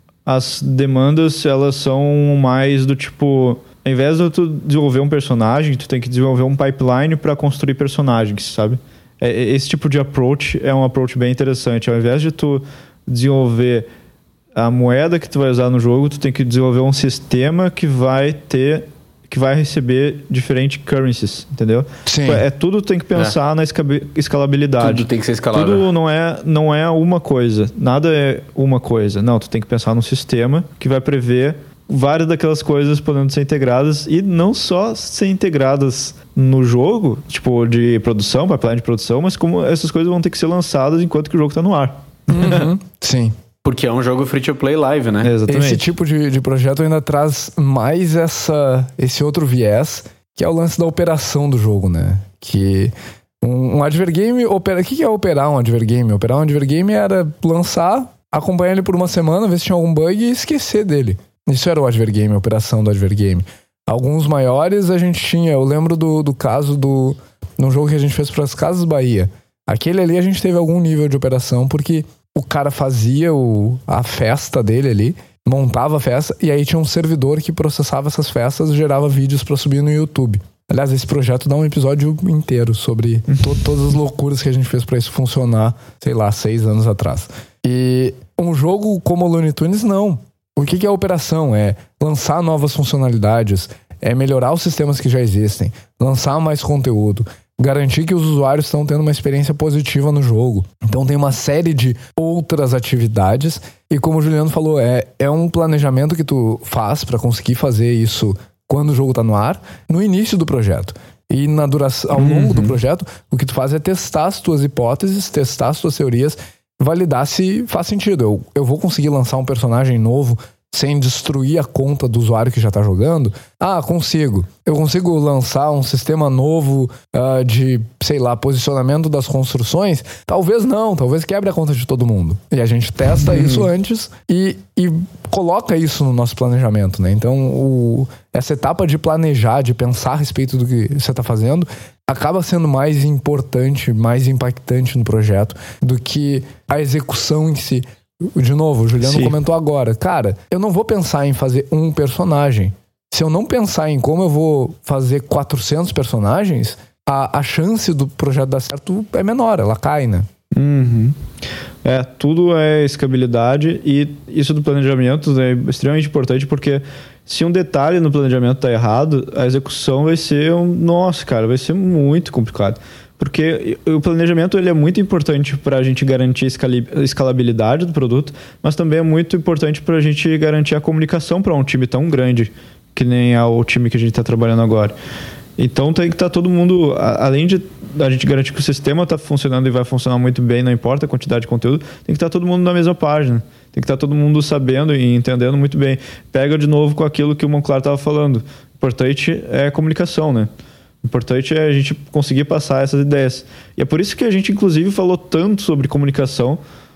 Speaker 2: as demandas, elas são mais do tipo... Ao invés de tu desenvolver um personagem, tu tem que desenvolver um pipeline para construir personagens, sabe? Esse tipo de approach é um approach bem interessante. Ao invés de tu desenvolver a moeda que tu vai usar no jogo, tu tem que desenvolver um sistema que vai ter, que vai receber diferentes currencies, entendeu?
Speaker 1: Sim.
Speaker 2: É, tudo tem que pensar é. na escalabilidade.
Speaker 3: Tudo tem que ser escalável.
Speaker 2: Tudo não é, não é uma coisa. Nada é uma coisa. Não, tu tem que pensar num sistema que vai prever várias daquelas coisas podendo ser integradas, e não só ser integradas no jogo, tipo de produção, pipeline de produção, mas como essas coisas vão ter que ser lançadas enquanto que o jogo está no ar.
Speaker 1: Uhum. Sim.
Speaker 3: Porque é um jogo free to play live, né?
Speaker 2: É, exatamente.
Speaker 1: Esse tipo de, de projeto ainda traz mais essa, esse outro viés, que é o lance da operação do jogo, né? Que um, um advergame opera... O que é operar um advergame? Operar um advergame era lançar, acompanhar ele por uma semana, ver se tinha algum bug e esquecer dele. Isso era o advergame, a operação do advergame. Alguns maiores a gente tinha... Eu lembro do, do caso do... num jogo que a gente fez para as Casas Bahia. Aquele ali a gente teve algum nível de operação, porque o cara fazia o, a festa dele ali, montava a festa, e aí tinha um servidor que processava essas festas e gerava vídeos para subir no YouTube. Aliás, esse projeto dá um episódio inteiro sobre to- todas as loucuras que a gente fez para isso funcionar, sei lá, seis anos atrás. E um jogo como o Looney Tunes, não. O que é a operação? É lançar novas funcionalidades, é melhorar os sistemas que já existem, lançar mais conteúdo, garantir que os usuários estão tendo uma experiência positiva no jogo. Então tem uma série de outras atividades, e como o Juliano falou, é, é um planejamento que tu faz para conseguir fazer isso quando o jogo tá no ar, no início do projeto. E na duração, ao longo uhum. do projeto, o que tu faz é testar as tuas hipóteses, testar as tuas teorias, validar se faz sentido. Eu, eu vou conseguir lançar um personagem novo sem destruir a conta do usuário que já tá jogando? Ah, consigo. Eu consigo lançar um sistema novo uh, de, sei lá, posicionamento das construções? Talvez não, talvez quebre a conta de todo mundo. E a gente testa uhum. isso antes e, e coloca isso no nosso planejamento, né? Então, o, essa etapa de planejar, de pensar a respeito do que você tá fazendo, acaba sendo mais importante, mais impactante no projeto do que a execução em si. De novo, o Juliano Sim. comentou agora. Cara, eu não vou pensar em fazer um personagem. Se eu não pensar em como eu vou fazer quatrocentos personagens, a, a chance do projeto dar certo é menor, ela cai, né?
Speaker 2: Uhum. É, tudo é escalabilidade e isso do planejamento é extremamente importante porque se um detalhe no planejamento tá errado, a execução vai ser um... Nossa, cara, vai ser muito complicado. Porque o planejamento ele é muito importante para a gente garantir a escalabilidade do produto, mas também é muito importante para a gente garantir a comunicação para um time tão grande, que nem é o time que a gente está trabalhando agora. Então tem que estar tá todo mundo, além de a gente garantir que o sistema está funcionando e vai funcionar muito bem, não importa a quantidade de conteúdo, tem que estar tá todo mundo na mesma página. Tem que estar tá todo mundo sabendo e entendendo muito bem. Pega de novo com aquilo que o Monclar estava falando. O importante é a comunicação, né? O importante é a gente conseguir passar essas ideias. E é por isso que a gente, inclusive, falou tanto sobre comunicação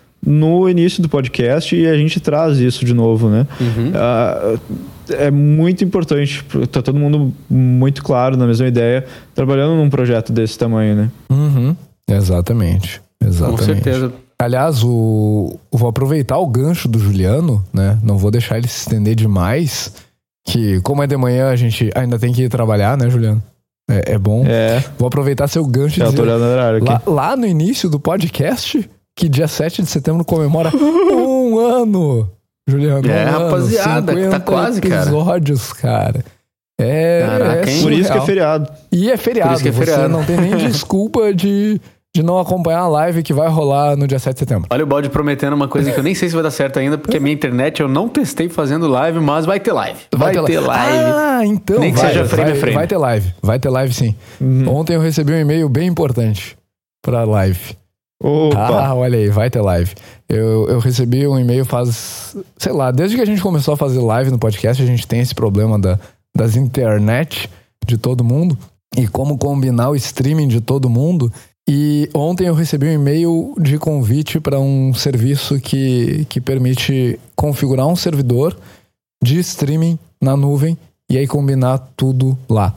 Speaker 2: no início do podcast e a gente traz isso de novo, né? Uhum. Ah, é muito importante. Tá todo mundo muito claro na mesma ideia, trabalhando num projeto desse tamanho, né?
Speaker 1: Uhum. Exatamente. Exatamente.
Speaker 3: Com certeza.
Speaker 1: Aliás, o... vou aproveitar o gancho do Juliano, né? Não vou deixar ele se estender demais, que como é de manhã a gente ainda tem que ir trabalhar, né, Juliano? É, é bom. É. Vou aproveitar seu gancho e dizer, lá, lá no início do podcast, que dia sete de setembro comemora um ano, Juliano.
Speaker 3: É,
Speaker 1: um
Speaker 3: rapaziada,
Speaker 1: ano,
Speaker 3: tá quase,
Speaker 1: episódios, cara. cara. É,
Speaker 3: Caraca,
Speaker 1: é
Speaker 2: por isso que é feriado.
Speaker 1: E é feriado. Por isso que é feriado. Você não tem nem desculpa de... de não acompanhar a live que vai rolar no dia sete de setembro.
Speaker 3: Olha o Baldi prometendo uma coisa que eu nem sei se vai dar certo ainda, porque a minha internet eu não testei fazendo live, mas vai ter live. Vai, vai ter, ter live.
Speaker 1: Ah, então
Speaker 3: nem que
Speaker 1: vai,
Speaker 3: seja frame
Speaker 1: vai,
Speaker 3: a frame.
Speaker 1: Vai ter live. Vai ter live, sim. Uhum. Ontem eu recebi um e-mail bem importante pra live.
Speaker 2: Opa.
Speaker 1: Ah, olha aí, vai ter live. Eu, eu recebi um e-mail faz... Sei lá, desde que a gente começou a fazer live no podcast, a gente tem esse problema da, das internet de todo mundo e como combinar o streaming de todo mundo. E ontem eu recebi um e-mail de convite para um serviço que, que permite configurar um servidor de streaming na nuvem e aí combinar tudo lá.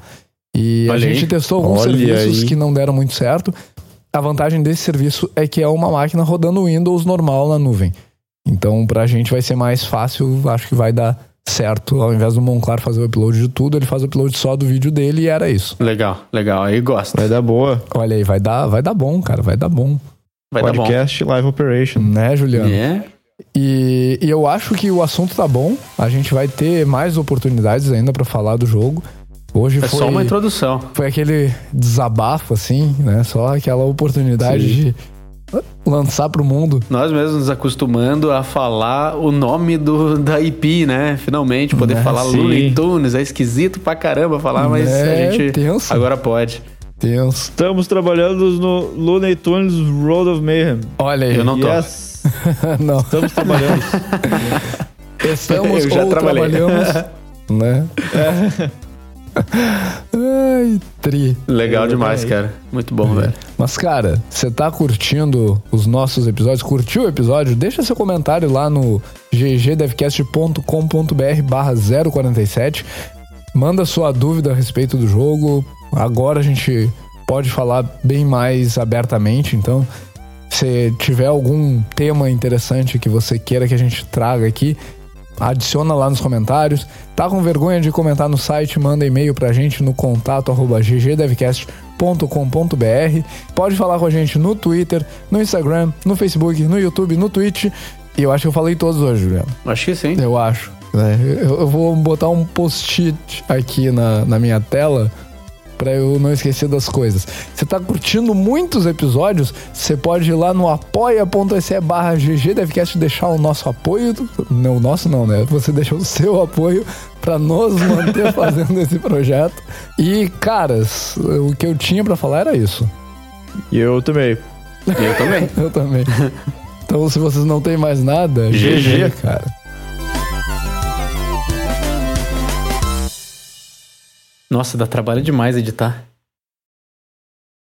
Speaker 1: E Olha a gente aí. testou alguns Olha serviços aí. que não deram muito certo. A vantagem desse serviço é que é uma máquina rodando Windows normal na nuvem. Então pra gente vai ser mais fácil, acho que vai dar certo. Ao invés do Monclar fazer o upload de tudo, ele faz o upload só do vídeo dele e era isso.
Speaker 3: Legal, legal. Aí gosta.
Speaker 2: Vai dar boa.
Speaker 1: Olha aí, vai dar, vai dar bom, cara. Vai dar bom.
Speaker 3: Vai
Speaker 2: Podcast
Speaker 3: dar bom.
Speaker 2: Live Operation.
Speaker 1: Né, Juliano?
Speaker 3: Yeah.
Speaker 1: E, e eu acho que o assunto tá bom. A gente vai ter mais oportunidades ainda pra falar do jogo. Hoje
Speaker 3: é
Speaker 1: foi,
Speaker 3: só uma introdução.
Speaker 1: Foi aquele desabafo, assim, né? Só aquela oportunidade Sim. de lançar pro mundo.
Speaker 3: Nós mesmos nos acostumando a falar o nome do, da I P, né? Finalmente, poder é, falar Looney Tunes. É esquisito pra caramba falar, mas é, a gente
Speaker 1: tenso.
Speaker 3: agora pode.
Speaker 1: Tenso.
Speaker 2: Estamos trabalhando no Looney Tunes Road of Mayhem.
Speaker 1: Olha aí.
Speaker 3: Eu não tô.
Speaker 2: Yes.
Speaker 1: Não.
Speaker 2: Estamos trabalhando.
Speaker 1: Estamos
Speaker 3: Eu já
Speaker 1: ou
Speaker 3: trabalhei.
Speaker 1: trabalhamos, né?
Speaker 2: É.
Speaker 1: Ai, tri.
Speaker 3: Legal demais, cara. Muito bom, é. velho.
Speaker 1: Mas, cara, você tá curtindo os nossos episódios? Curtiu o episódio? Deixa seu comentário lá no ggdevcast.com.br barra zero quarenta e sete. Manda sua dúvida a respeito do jogo. Agora a gente pode falar bem mais abertamente, então se tiver algum tema interessante que você queira que a gente traga aqui, adiciona lá nos comentários. Tá com vergonha de comentar no site? Manda e-mail pra gente no contato arroba ggdevcast ponto com ponto br. Pode falar com a gente no Twitter, no Instagram, no Facebook, no YouTube, no Twitch. E eu acho que eu falei todos hoje, Juliano.
Speaker 3: Acho que sim.
Speaker 1: Eu acho. Eu, eu vou botar um post-it aqui na, na minha tela pra eu não esquecer das coisas. Você tá curtindo muitos episódios? Você pode ir lá no apoia.se barra ggdevcast deixar o nosso apoio. Não, o nosso não, né? Você deixa o seu apoio pra nos manter fazendo esse projeto. E, caras, o que eu tinha pra falar era isso.
Speaker 2: E eu também.
Speaker 3: Eu também.
Speaker 1: Eu também. Então, se vocês não têm mais nada, G G, cara.
Speaker 3: Nossa, dá trabalho demais editar.